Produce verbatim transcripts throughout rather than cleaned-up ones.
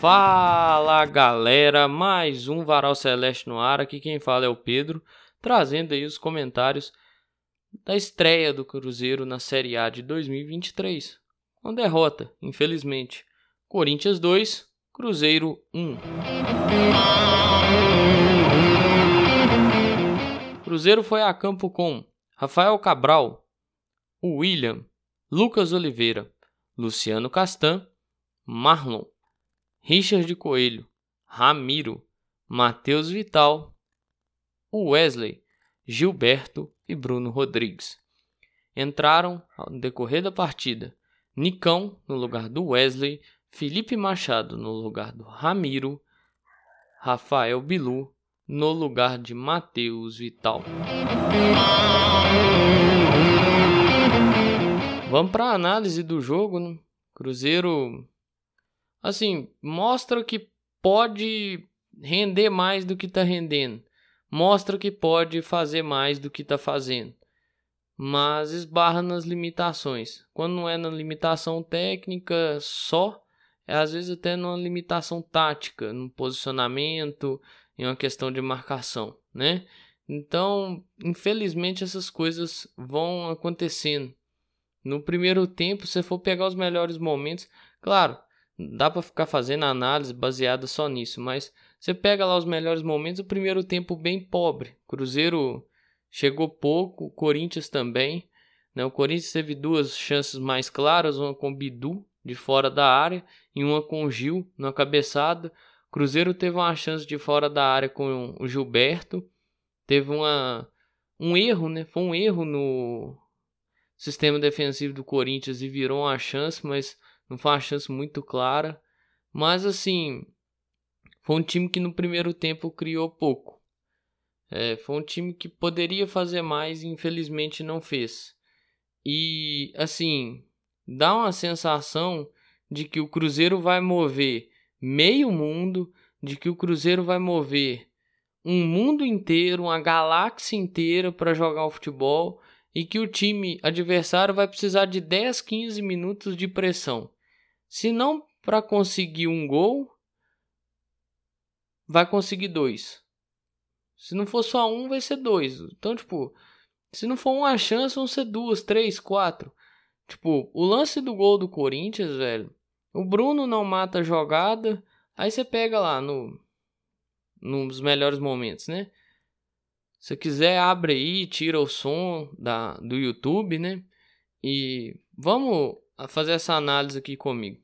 Fala galera, mais um Varal Celeste no ar, aqui quem fala é o Pedro, trazendo aí os comentários da estreia do Cruzeiro na Série A de dois mil e vinte e três, com derrota, infelizmente, Corinthians dois, Cruzeiro um. Cruzeiro foi a campo com Rafael Cabral, William, Lucas Oliveira, Luciano Castan, Marlon, Richard Coelho, Ramiro, Matheus Vital, Wesley, Gilberto e Bruno Rodrigues. Entraram no decorrer da partida Nicão no lugar do Wesley, Felipe Machado no lugar do Ramiro, Rafael Bilu no lugar de Matheus Vital. Vamos para a análise do jogo, né? Cruzeiro, assim, mostra que pode render mais do que está rendendo. Mostra que pode fazer mais do que está fazendo. Mas esbarra nas limitações. Quando não é na limitação técnica só, é às vezes até numa limitação tática, no posicionamento, em uma questão de marcação, né? Então, infelizmente, essas coisas vão acontecendo. No primeiro tempo, se for pegar os melhores momentos, claro, dá para ficar fazendo análise baseada só nisso, mas você pega lá os melhores momentos, o primeiro tempo bem pobre. Cruzeiro chegou pouco, o Corinthians também, né? O Corinthians teve duas chances mais claras, uma com o Bidu de fora da área e uma com o Gil na cabeçada. O Cruzeiro teve uma chance de fora da área com o Gilberto, teve uma, um erro, né? Foi um erro no sistema defensivo do Corinthians e virou uma chance, mas não foi uma chance muito clara. Mas assim, foi um time que no primeiro tempo criou pouco. É, foi um time que poderia fazer mais e infelizmente não fez. E assim, dá uma sensação de que o Cruzeiro vai mover meio mundo, de que o Cruzeiro vai mover um mundo inteiro, uma galáxia inteira para jogar o futebol, e que o time adversário vai precisar de dez, quinze minutos de pressão. Se não para conseguir um gol, vai conseguir dois. Se não for só um, vai ser dois. Então, tipo, se não for uma chance, vão ser duas, três, quatro. Tipo, o lance do gol do Corinthians, velho, o Bruno não mata a jogada, aí você pega lá no nos melhores momentos, né? Se quiser, abre aí, tira o som da, do YouTube, né? E vamos fazer essa análise aqui comigo.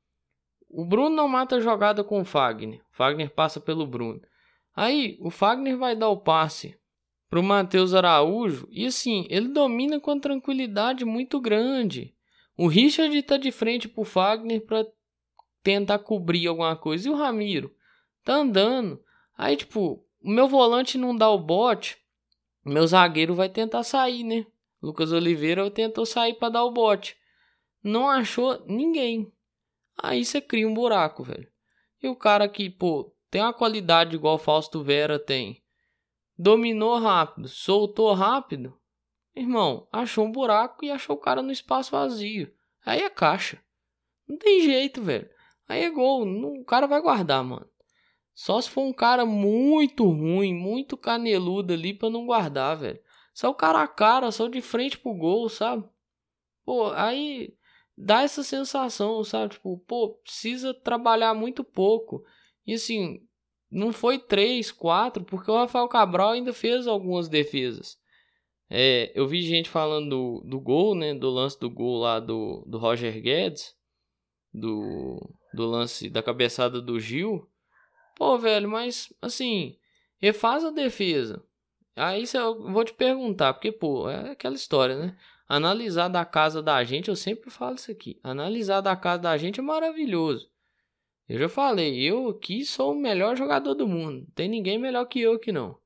O Bruno não mata a jogada com o Fagner. O Fagner passa pelo Bruno. Aí, o Fagner vai dar o passe pro Matheus Araújo. E assim, ele domina com tranquilidade muito grande. O Richard tá de frente pro Fagner para tentar cobrir alguma coisa. E o Ramiro tá andando. Aí, tipo, o meu volante não dá o bote, meu zagueiro vai tentar sair, né? Lucas Oliveira tentou sair para dar o bote. Não achou ninguém. Aí você cria um buraco, velho. E o cara que, pô, tem uma qualidade igual o Fausto Vera tem. Dominou rápido, soltou rápido. Irmão, achou um buraco e achou o cara no espaço vazio. Aí é caixa. Não tem jeito, velho. Aí é gol. O cara vai guardar, mano. Só se for um cara muito ruim, muito caneludo ali pra não guardar, velho. Só o cara a cara, só de frente pro gol, sabe? Pô, aí dá essa sensação, sabe? Tipo, pô, precisa trabalhar muito pouco. E assim, não foi três, quatro, porque o Rafael Cabral ainda fez algumas defesas. É, eu vi gente falando do, do gol, né? Do lance do gol lá do, do Roger Guedes. Do, do lance da cabeçada do Gil. Pô, velho, mas assim, refaz a defesa. Aí eu vou te perguntar, porque, pô, é aquela história, né? Analisar da casa da gente, eu sempre falo isso aqui. Analisar da casa da gente é maravilhoso. Eu já falei, eu aqui sou o melhor jogador do mundo. Não tem ninguém melhor que eu aqui, não.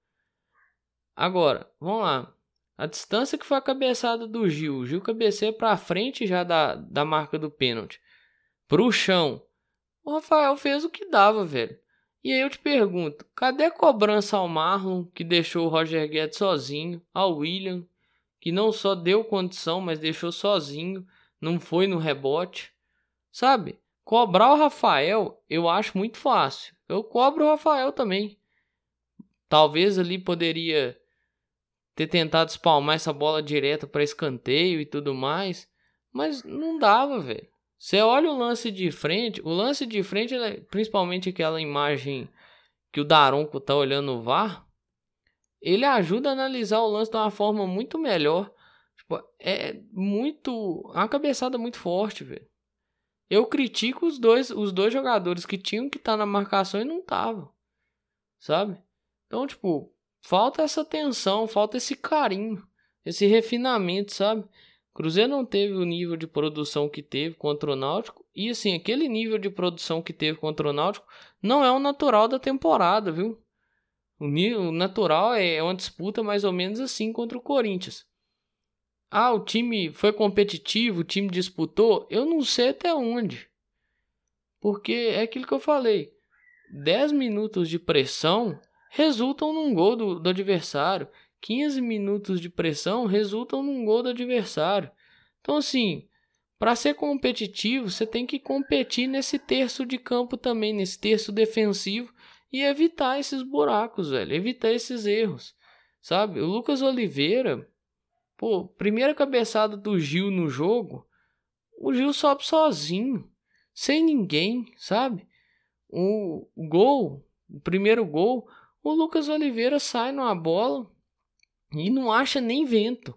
Agora, vamos lá. A distância que foi a cabeçada do Gil. O Gil cabeceia pra frente já da, da marca do pênalti. Pro chão. O Rafael fez o que dava, velho. E aí eu te pergunto, cadê a cobrança ao Marlon, que deixou o Roger Guedes sozinho, ao William, que não só deu condição, mas deixou sozinho, não foi no rebote, sabe? Cobrar o Rafael, eu acho muito fácil. Eu cobro o Rafael também. Talvez ali poderia ter tentado espalmar essa bola direta para escanteio e tudo mais. Mas não dava, velho. Você olha o lance de frente. O lance de frente, principalmente aquela imagem que o Daronco tá olhando no V A R, ele ajuda a analisar o lance de uma forma muito melhor. Tipo, é muito... uma cabeçada muito forte, velho. Eu critico os dois, os dois jogadores que tinham que estar tá na marcação e não estavam, sabe? Então, tipo, falta essa atenção, falta esse carinho, esse refinamento, sabe? Cruzeiro não teve o nível de produção que teve contra o Náutico. E, assim, aquele nível de produção que teve contra o Náutico não é o natural da temporada, viu? O, nível, o natural é uma disputa mais ou menos assim contra o Corinthians. Ah, o time foi competitivo, o time disputou. Eu não sei até onde. Porque é aquilo que eu falei. dez minutos de pressão resultam num gol do, do adversário. quinze minutos de pressão resultam num gol do adversário. Então, assim, para ser competitivo, você tem que competir nesse terço de campo também, nesse terço defensivo, e evitar esses buracos, velho. Evitar esses erros, sabe? O Lucas Oliveira... Pô, primeira cabeçada do Gil no jogo, o Gil sobe sozinho, sem ninguém, sabe? O, o gol, o primeiro gol, o Lucas Oliveira sai numa bola e não acha nem vento.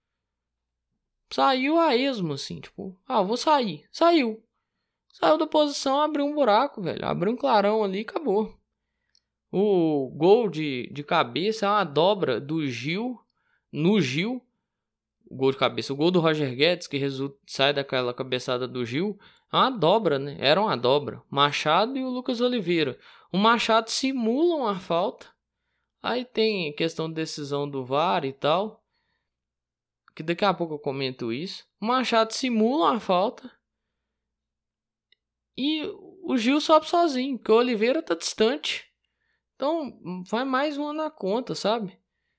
Saiu a esmo, assim, tipo, ah, vou sair. Saiu. Saiu da posição, abriu um buraco, velho. Abriu um clarão ali e acabou. O gol de, de cabeça é uma dobra do Gil, no Gil. O gol de cabeça. O gol do Roger Guedes, que resulta, sai daquela cabeçada do Gil, é uma dobra, né? Era uma dobra. Machado e o Lucas Oliveira. O Machado simula uma falta. Aí tem questão de decisão do V A R e tal, que daqui a pouco eu comento isso. O Machado simula uma falta. E o Gil sobe sozinho, porque o Oliveira tá distante. Então, vai mais uma na conta, sabe?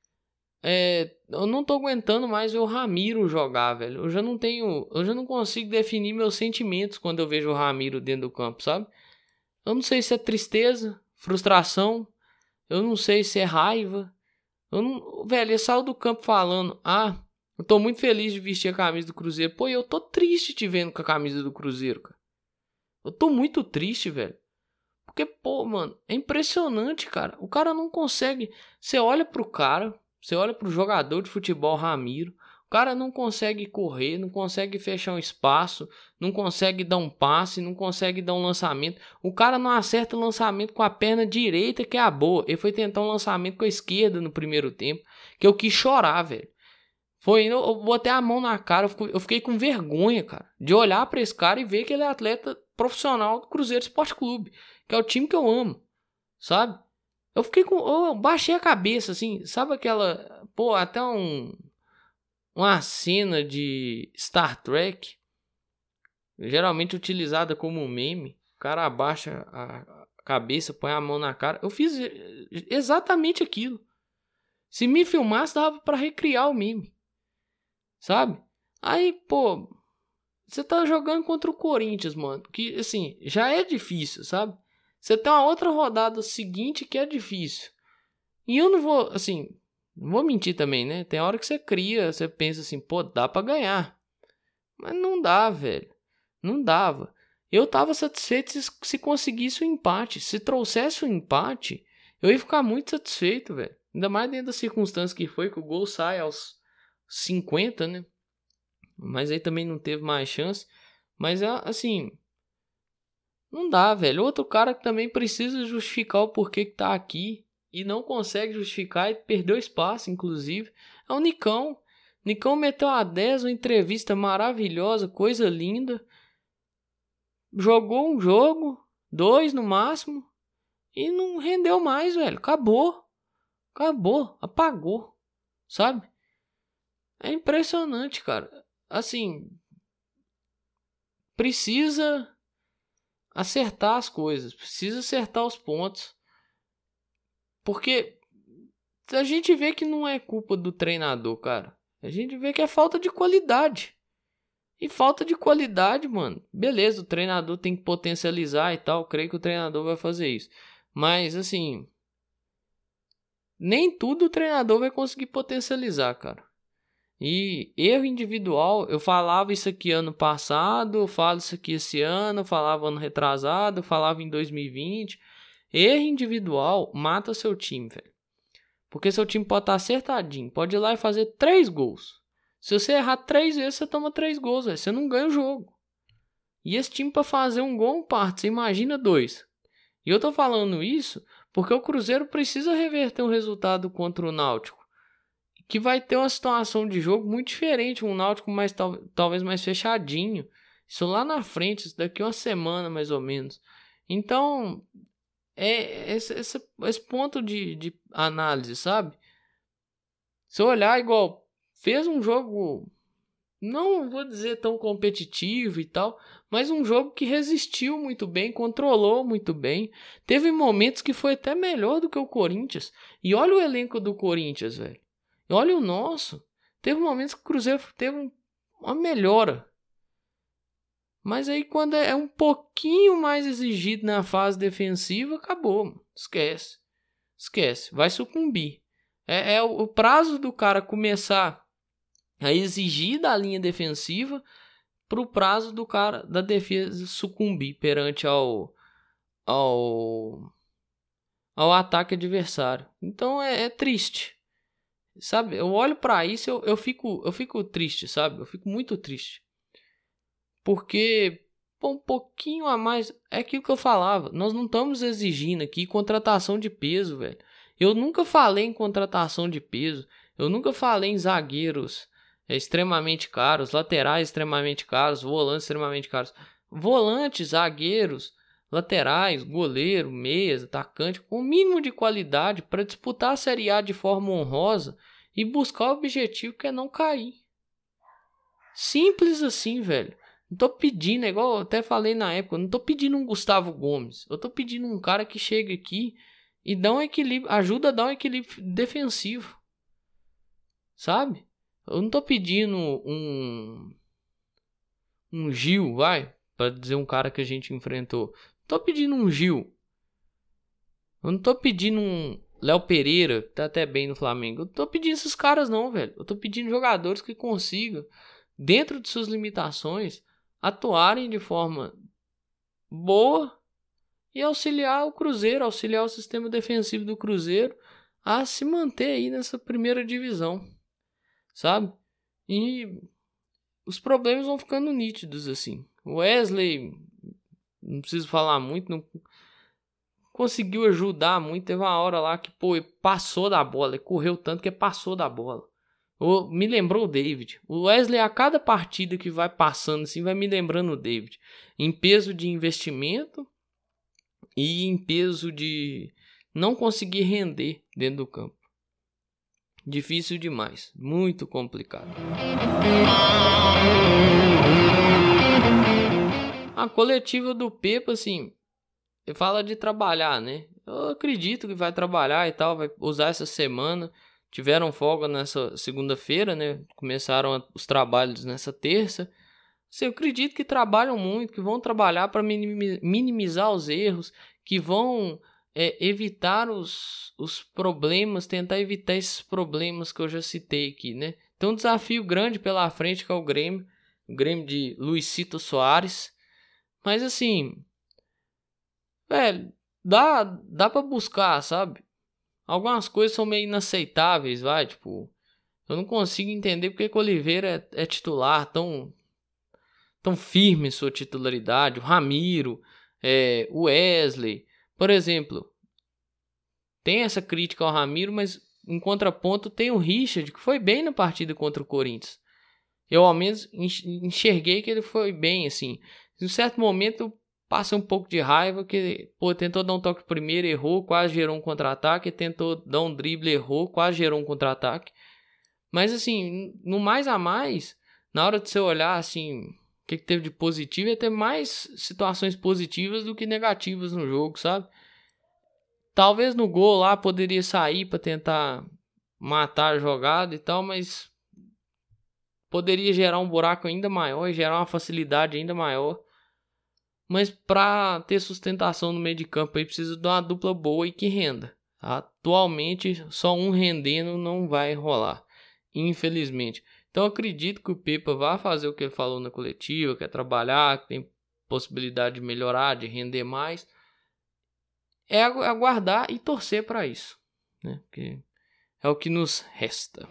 É, eu não tô aguentando mais ver o Ramiro jogar, velho. Eu já não tenho, eu já não consigo definir meus sentimentos quando eu vejo o Ramiro dentro do campo, sabe? Eu não sei se é tristeza, frustração, eu não sei se é raiva. Eu não, velho, ele saiu do campo falando: "Ah, eu tô muito feliz de vestir a camisa do Cruzeiro". Pô, eu tô triste te vendo com a camisa do Cruzeiro, cara. Eu tô muito triste, velho. Porque, pô, mano, é impressionante, cara. O cara não consegue. Você olha pro cara, você olha pro jogador de futebol Ramiro, o cara não consegue correr, não consegue fechar um espaço, não consegue dar um passe, não consegue dar um lançamento. O cara não acerta o lançamento com a perna direita, que é a boa. Ele foi tentar um lançamento com a esquerda no primeiro tempo, que eu quis chorar, velho. Foi, eu botei a mão na cara, eu fiquei com vergonha, cara, de olhar pra esse cara e ver que ele é atleta profissional do Cruzeiro Esporte Clube, que é o time que eu amo, sabe? Eu fiquei com, eu baixei a cabeça, assim, sabe aquela, pô, até um, uma cena de Star Trek, geralmente utilizada como meme, o cara abaixa a cabeça, põe a mão na cara. Eu fiz exatamente aquilo. Se me filmasse, dava pra recriar o meme. Sabe? Aí, pô, você tá jogando contra o Corinthians, mano. Que, assim, já é difícil, sabe? Você tem uma outra rodada seguinte que é difícil. E eu não vou, assim, não vou mentir também, né? Tem hora que você cria, você pensa assim, pô, dá pra ganhar. Mas não dá, velho. Não dava. Eu tava satisfeito se, se conseguisse o empate. Se trouxesse o empate, eu ia ficar muito satisfeito, velho. Ainda mais dentro das circunstâncias que foi, que o gol sai aos cinquenta, né? Mas aí também não teve mais chance. Mas assim, não dá, velho. Outro cara que também precisa justificar o porquê que tá aqui e não consegue justificar e perdeu espaço, inclusive, é o Nicão. Nicão meteu a dez, uma entrevista maravilhosa, coisa linda. Jogou um jogo, dois no máximo, e não rendeu mais, velho. Acabou. Acabou. Apagou. Sabe? É impressionante, cara. Assim, precisa acertar as coisas, precisa acertar os pontos. Porque a gente vê que não é culpa do treinador, cara. A gente vê que é falta de qualidade. E falta de qualidade, mano. Beleza, o treinador tem que potencializar e tal. Creio que o treinador vai fazer isso. Mas, assim, nem tudo o treinador vai conseguir potencializar, cara. E erro individual, eu falava isso aqui ano passado, eu falo isso aqui esse ano, eu falava ano retrasado, eu falava em dois mil e vinte. Erro individual mata seu time, velho. Porque seu time pode estar acertadinho, pode ir lá e fazer três gols. Se você errar três vezes, você toma três gols, velho. Você não ganha o jogo. E esse time para fazer um gol, um parto, você imagina dois. E eu tô falando isso porque o Cruzeiro precisa reverter um resultado contra o Náutico, que vai ter uma situação de jogo muito diferente, um Náutico mais tal, talvez mais fechadinho. Isso lá na frente, isso daqui uma semana mais ou menos. Então, é esse, esse, esse ponto de, de análise, sabe? Se eu olhar igual, fez um jogo, não vou dizer tão competitivo e tal, mas um jogo que resistiu muito bem, controlou muito bem. Teve momentos que foi até melhor do que o Corinthians. E olha o elenco do Corinthians, velho. E olha o nosso. Teve momentos que o Cruzeiro teve uma melhora. Mas aí quando é um pouquinho mais exigido na fase defensiva, acabou, mano. Esquece. Esquece. Vai sucumbir. É, é o prazo do cara começar a exigir da linha defensiva pro prazo do cara da defesa sucumbir perante ao ao, ao ataque adversário. Então é, é triste. Sabe? Eu olho pra isso, eu, eu, fico, eu fico triste, sabe? Eu fico muito triste. Porque pô, um pouquinho a mais, é aquilo que eu falava. Nós não estamos exigindo aqui contratação de peso, velho. Eu nunca falei em contratação de peso. Eu nunca falei em zagueiros é, extremamente caros, laterais extremamente caros, volantes extremamente caros. Volantes, zagueiros, laterais, goleiro, meias, atacante, com o mínimo de qualidade para disputar a Série A de forma honrosa e buscar o objetivo que é não cair. Simples assim, velho. Não tô pedindo, é igual eu até falei na época, eu não tô pedindo um Gustavo Gomes. Eu tô pedindo um cara que chega aqui e dá um equilíbrio, ajuda a dar um equilíbrio defensivo. Sabe? Eu não tô pedindo um um Gil, vai, para dizer um cara que a gente enfrentou. Não tô pedindo um Gil. Eu não tô pedindo um Léo Pereira, que tá até bem no Flamengo. Eu não tô pedindo esses caras não, velho. Eu tô pedindo jogadores que consigam, dentro de suas limitações, atuarem de forma boa e auxiliar o Cruzeiro, auxiliar o sistema defensivo do Cruzeiro a se manter aí nessa primeira divisão, sabe? E os problemas vão ficando nítidos assim. O Wesley, não preciso falar muito, não conseguiu ajudar muito. Teve uma hora lá que, pô, ele passou da bola, ele correu tanto que ele passou da bola. O, me lembrou o David. O Wesley, a cada partida que vai passando assim, vai me lembrando o David. Em peso de investimento e em peso de não conseguir render dentro do campo. Difícil demais. Muito complicado. A coletiva do Pepa, assim, ele fala de trabalhar, né? Eu acredito que vai trabalhar e tal, vai usar essa semana. Tiveram folga nessa segunda-feira, né? Começaram os trabalhos nessa terça. Assim, eu acredito que trabalham muito, que vão trabalhar para minimizar os erros, que vão é, evitar os, os problemas, tentar evitar esses problemas que eu já citei aqui, né? Tem um desafio grande pela frente que é o Grêmio, o Grêmio de Luizito Soares. Mas assim, velho, dá, dá para buscar, sabe? Algumas coisas são meio inaceitáveis, vai, tipo, eu não consigo entender porque que o Oliveira é, é titular tão, tão firme em sua titularidade, o Ramiro, é, o Wesley, por exemplo, tem essa crítica ao Ramiro, mas em contraponto tem o Richard, que foi bem na partida contra o Corinthians. Eu ao menos enxerguei que ele foi bem, assim, em um certo momento passa um pouco de raiva, que pô, tentou dar um toque primeiro, errou, quase gerou um contra-ataque, tentou dar um drible, errou, quase gerou um contra-ataque. Mas assim, no mais a mais, na hora de você olhar assim, o que, que teve de positivo, ia ter mais situações positivas do que negativas no jogo, sabe? Talvez no gol lá poderia sair para tentar matar a jogada e tal, mas poderia gerar um buraco ainda maior e gerar uma facilidade ainda maior. Mas para ter sustentação no meio de campo aí precisa de uma dupla boa e que renda. Atualmente só um rendendo não vai rolar, infelizmente. Então acredito que o Pepa vai fazer o que ele falou na coletiva, que é trabalhar, que tem possibilidade de melhorar, de render mais. É aguardar e torcer para isso, né? Porque é o que nos resta.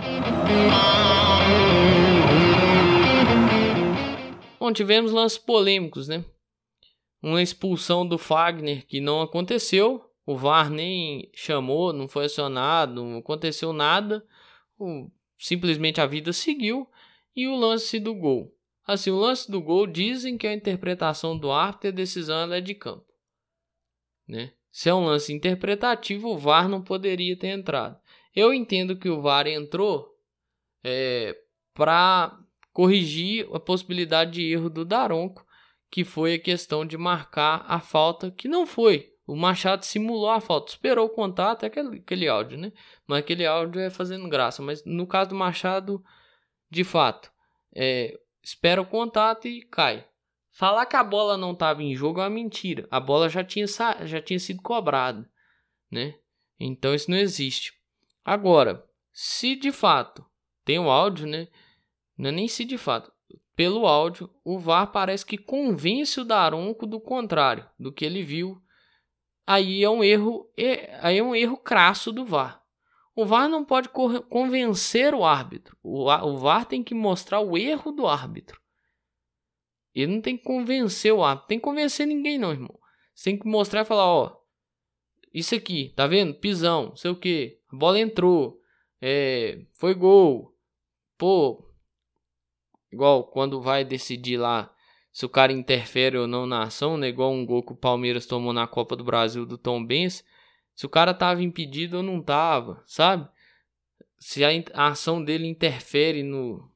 Bom, tivemos lances polêmicos, né? Uma expulsão do Fagner que não aconteceu. O V A R nem chamou, não foi acionado, não aconteceu nada. O, simplesmente a vida seguiu. E o lance do gol. Assim, o lance do gol dizem que a interpretação do árbitro e a decisão ela é de campo, né? Se é um lance interpretativo, o V A R não poderia ter entrado. Eu entendo que o V A R entrou é, para corrigir a possibilidade de erro do Daronco, que foi a questão de marcar a falta, que não foi. O Machado simulou a falta, esperou o contato, é aquele, aquele áudio, né? Mas aquele áudio é fazendo graça. Mas no caso do Machado, de fato, é, espera o contato e cai. Falar que a bola não estava em jogo é uma mentira. A bola já tinha, já tinha sido cobrada, né? Então isso não existe. Agora, se de fato tem o áudio, né? Não é nem se de fato. Pelo áudio, o V A R parece que convence o Daronco do contrário, do que ele viu. Aí é um erro, aí é um erro crasso do V A R. O V A R não pode convencer o árbitro. O V A R tem que mostrar o erro do árbitro. Ele não tem que convencer o árbitro. Tem que convencer ninguém não, irmão. Você tem que mostrar e falar, ó, isso aqui, tá vendo? Pisão, não sei o que. A bola entrou. É, foi gol. Pô, igual quando vai decidir lá se o cara interfere ou não na ação, né? Igual um gol que o Palmeiras tomou na Copa do Brasil do Tombense. Se o cara tava impedido ou não tava, sabe? Se a, a ação dele interfere no,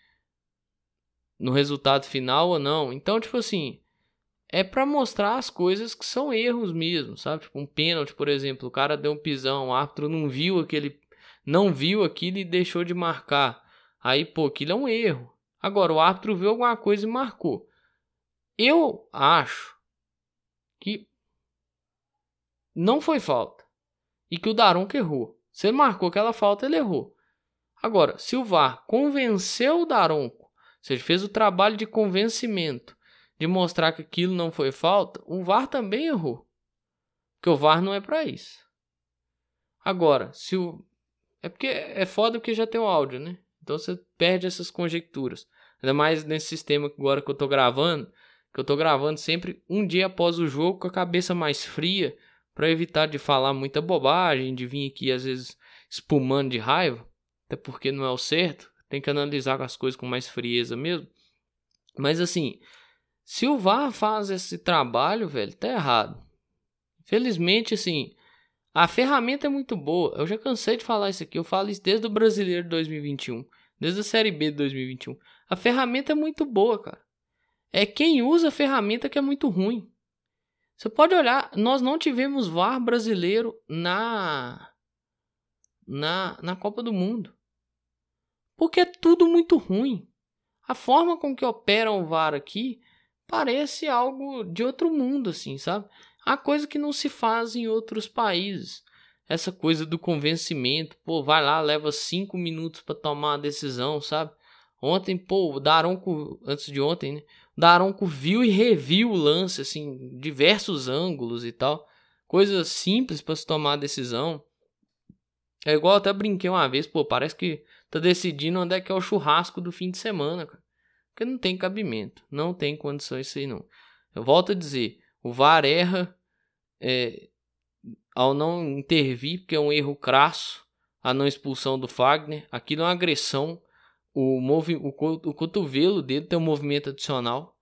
no resultado final ou não. Então, tipo assim, é pra mostrar as coisas que são erros mesmo, sabe? Tipo um pênalti, por exemplo, o cara deu um pisão, o árbitro não viu aquele, não viu aquilo e deixou de marcar. Aí, pô, aquilo é um erro. Agora, o árbitro viu alguma coisa e marcou. Eu acho que não foi falta e que o Daronco errou. Se ele marcou aquela falta, ele errou. Agora, se o V A R convenceu o Daronco, ou seja, fez o trabalho de convencimento, de mostrar que aquilo não foi falta, o V A R também errou. Porque o V A R não é para isso. Agora, se o... É porque é foda porque já tem o áudio, né? Então você perde essas conjecturas. Ainda mais nesse sistema agora que eu tô gravando, que eu tô gravando sempre um dia após o jogo com a cabeça mais fria, para evitar de falar muita bobagem, de vir aqui às vezes espumando de raiva, até porque não é o certo, tem que analisar as coisas com mais frieza mesmo. Mas assim, se o V A R faz esse trabalho, velho, tá errado. Felizmente, assim, a ferramenta é muito boa. Eu já cansei de falar isso aqui. Eu falo isso desde o Brasileiro de dois mil e vinte e um. Desde a Série B de dois mil e vinte e um. A ferramenta é muito boa, cara. É quem usa a ferramenta que é muito ruim. Você pode olhar, nós não tivemos V A R brasileiro na, na, na Copa do Mundo. Porque é tudo muito ruim. A forma com que opera o V A R aqui parece algo de outro mundo, assim, sabe? Há coisa que não se faz em outros países. Essa coisa do convencimento. Pô, vai lá, leva cinco minutos para tomar a decisão, sabe? Ontem, pô, o Daronco, antes de ontem, né? O Daronco viu e reviu o lance, assim, diversos ângulos e tal. Coisas simples para se tomar a decisão. É igual, eu até brinquei uma vez, pô, parece que tá decidindo onde é que é o churrasco do fim de semana, cara. Porque não tem cabimento, não tem condição isso aí não. Eu volto a dizer, o V A R erra é, ao não intervir, porque é um erro crasso, a não expulsão do Fagner. Aquilo é uma agressão. O, movi- o, co- o cotovelo dele tem um movimento adicional.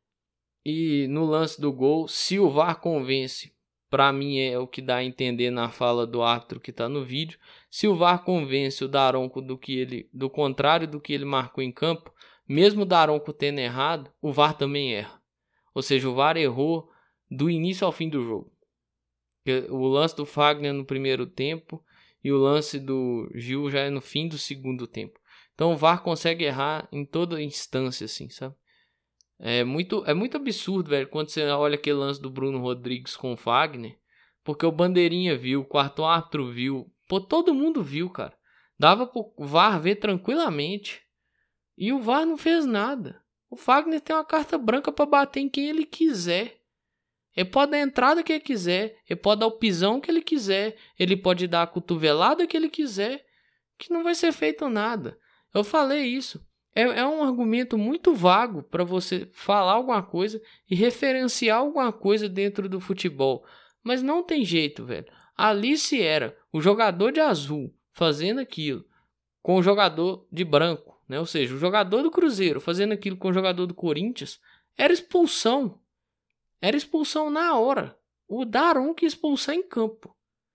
E no lance do gol, se o V A R convence, para mim é o que dá a entender na fala do árbitro que está no vídeo. Se o V A R convence o Daronco do, que ele, do contrário do que ele marcou em campo, mesmo o Daronco tendo errado, o V A R também erra. Ou seja, o V A R errou do início ao fim do jogo. O lance do Fagner no primeiro tempo e o lance do Gil já é no fim do segundo tempo. Então o V A R consegue errar em toda instância, assim, sabe? É muito, é muito absurdo, velho, quando você olha aquele lance do Bruno Rodrigues com o Fagner, porque o Bandeirinha viu, o quarto árbitro viu, pô, todo mundo viu, cara. Dava pro V A R ver tranquilamente. E o V A R não fez nada. O Fagner tem uma carta branca pra bater em quem ele quiser. Ele pode dar a entrada que ele quiser, ele pode dar o pisão que ele quiser, ele pode dar a cotovelada que ele quiser, que não vai ser feito nada. Eu falei isso. É, é um argumento muito vago para você falar alguma coisa e referenciar alguma coisa dentro do futebol. Mas não tem jeito, velho. Ali se era o jogador de azul fazendo aquilo com o jogador de branco, né? Ou seja, o jogador do Cruzeiro fazendo aquilo com o jogador do Corinthians, era expulsão. Era expulsão na hora. O Daron que expulsar em campo.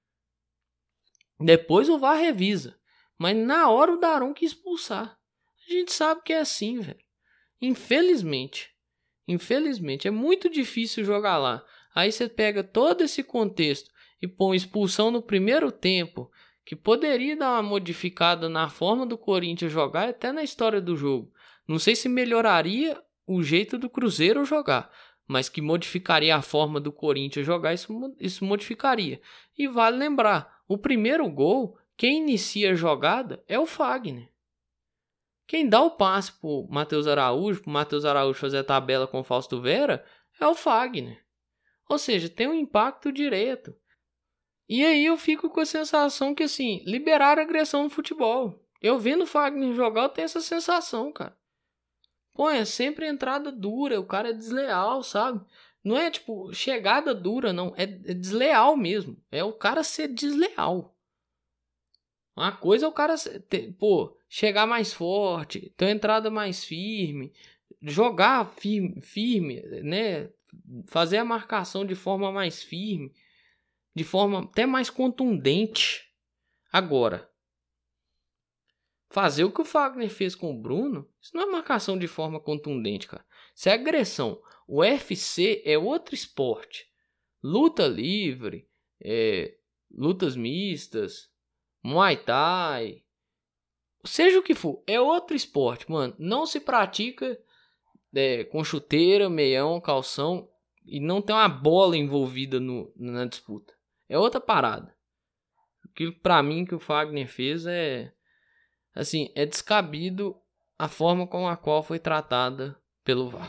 Depois o V A R revisa. Mas na hora o Daron que expulsar. A gente sabe que é assim, velho. Infelizmente. Infelizmente. É muito difícil jogar lá. Aí você pega todo esse contexto e põe expulsão no primeiro tempo, que poderia dar uma modificada na forma do Corinthians jogar, até na história do jogo. Não sei se melhoraria o jeito do Cruzeiro jogar, mas que modificaria a forma do Corinthians jogar, isso, isso modificaria. E vale lembrar, o primeiro gol, quem inicia a jogada é o Fagner. Quem dá o passe pro Matheus Araújo, pro Matheus Araújo fazer a tabela com o Fausto Vera, é o Fagner. Ou seja, tem um impacto direto. E aí eu fico com a sensação que, assim, liberaram a agressão no futebol. Eu vendo o Fagner jogar, eu tenho essa sensação, cara. Pô, é sempre entrada dura, o cara é desleal, sabe? Não é, tipo, chegada dura, não. É, é desleal mesmo. É o cara ser desleal. Uma coisa é o cara, ter, pô, chegar mais forte, ter uma entrada mais firme, jogar firme, firme, né? Fazer a marcação de forma mais firme, de forma até mais contundente. Agora, fazer o que o Fagner fez com o Bruno, isso não é marcação de forma contundente, cara. Isso é agressão. O U F C é outro esporte. Luta livre, é, lutas mistas, Muay Thai, seja o que for, é outro esporte, mano. Não se pratica é, com chuteira, meião, calção e não tem uma bola envolvida no, na disputa. É outra parada. Aquilo pra mim que o Fagner fez é, assim, é descabido a forma com a qual foi tratada pelo V A R.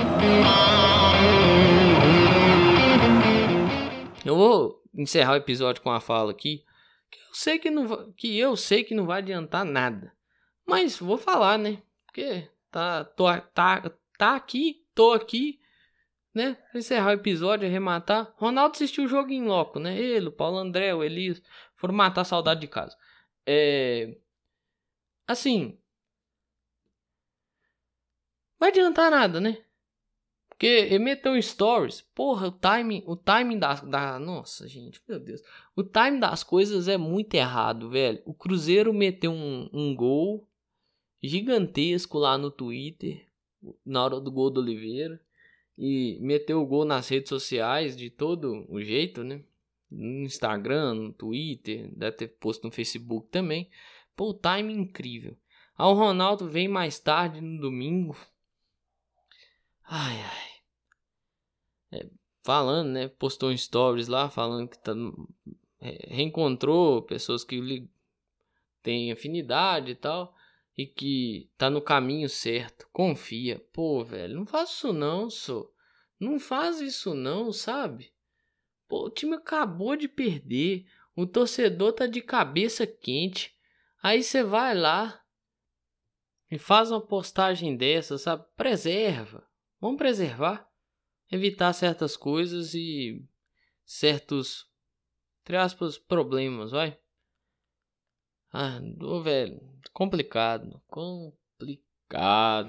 Eu vou encerrar o episódio com a fala aqui, que eu sei que não vai, que eu sei que não vai adiantar nada. Mas vou falar, né? Porque tá, tô, tá, tá aqui, tô aqui, né? Pra encerrar o episódio, arrematar. Ronaldo assistiu o jogo em loco, né? Ele, o Paulo André, o Elias foram matar a saudade de casa. É... Assim, vai adiantar nada, né? Porque ele meteu um stories. Porra, o timing, o timing das, da... Nossa, gente, meu Deus. O timing das coisas é muito errado, velho. O Cruzeiro meteu um, um gol gigantesco lá no Twitter, na hora do gol do Oliveira. E meteu o gol nas redes sociais de todo o jeito, né? No Instagram, no Twitter, deve ter posto no Facebook também. Pô, o timing incrível. Aí o Ronaldo vem mais tarde no domingo. Ai, ai. É, falando, né? Postou um stories lá falando que tá, é, reencontrou pessoas que lhe têm afinidade e tal. E que tá no caminho certo. Confia. Pô, velho, não faz isso não, só. Não faz isso não, sabe? Pô, o time acabou de perder. O torcedor tá de cabeça quente. Aí você vai lá e faz uma postagem dessa, sabe? Preserva. Vamos preservar. Evitar certas coisas e certos, entre aspas, problemas, vai? Ah, ô, velho, complicado, complicado.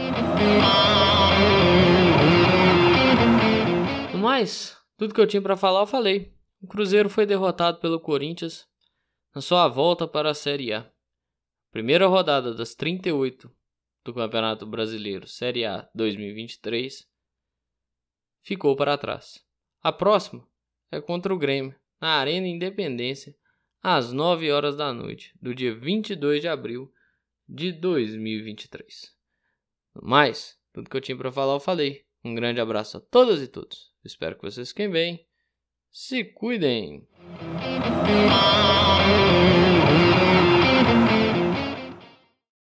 No mais, tudo que eu tinha pra falar eu falei. O Cruzeiro foi derrotado pelo Corinthians na sua volta para a Série A. Primeira rodada das trinta e oito do Campeonato Brasileiro Série A dois mil e vinte e três ficou para trás. A próxima é contra o Grêmio, na Arena Independência, às nove horas da noite, do dia vinte e dois de abril de dois mil e vinte e três. Mas, tudo que eu tinha pra falar eu falei. Um grande abraço a todas e todos. Espero que vocês fiquem bem. Se cuidem.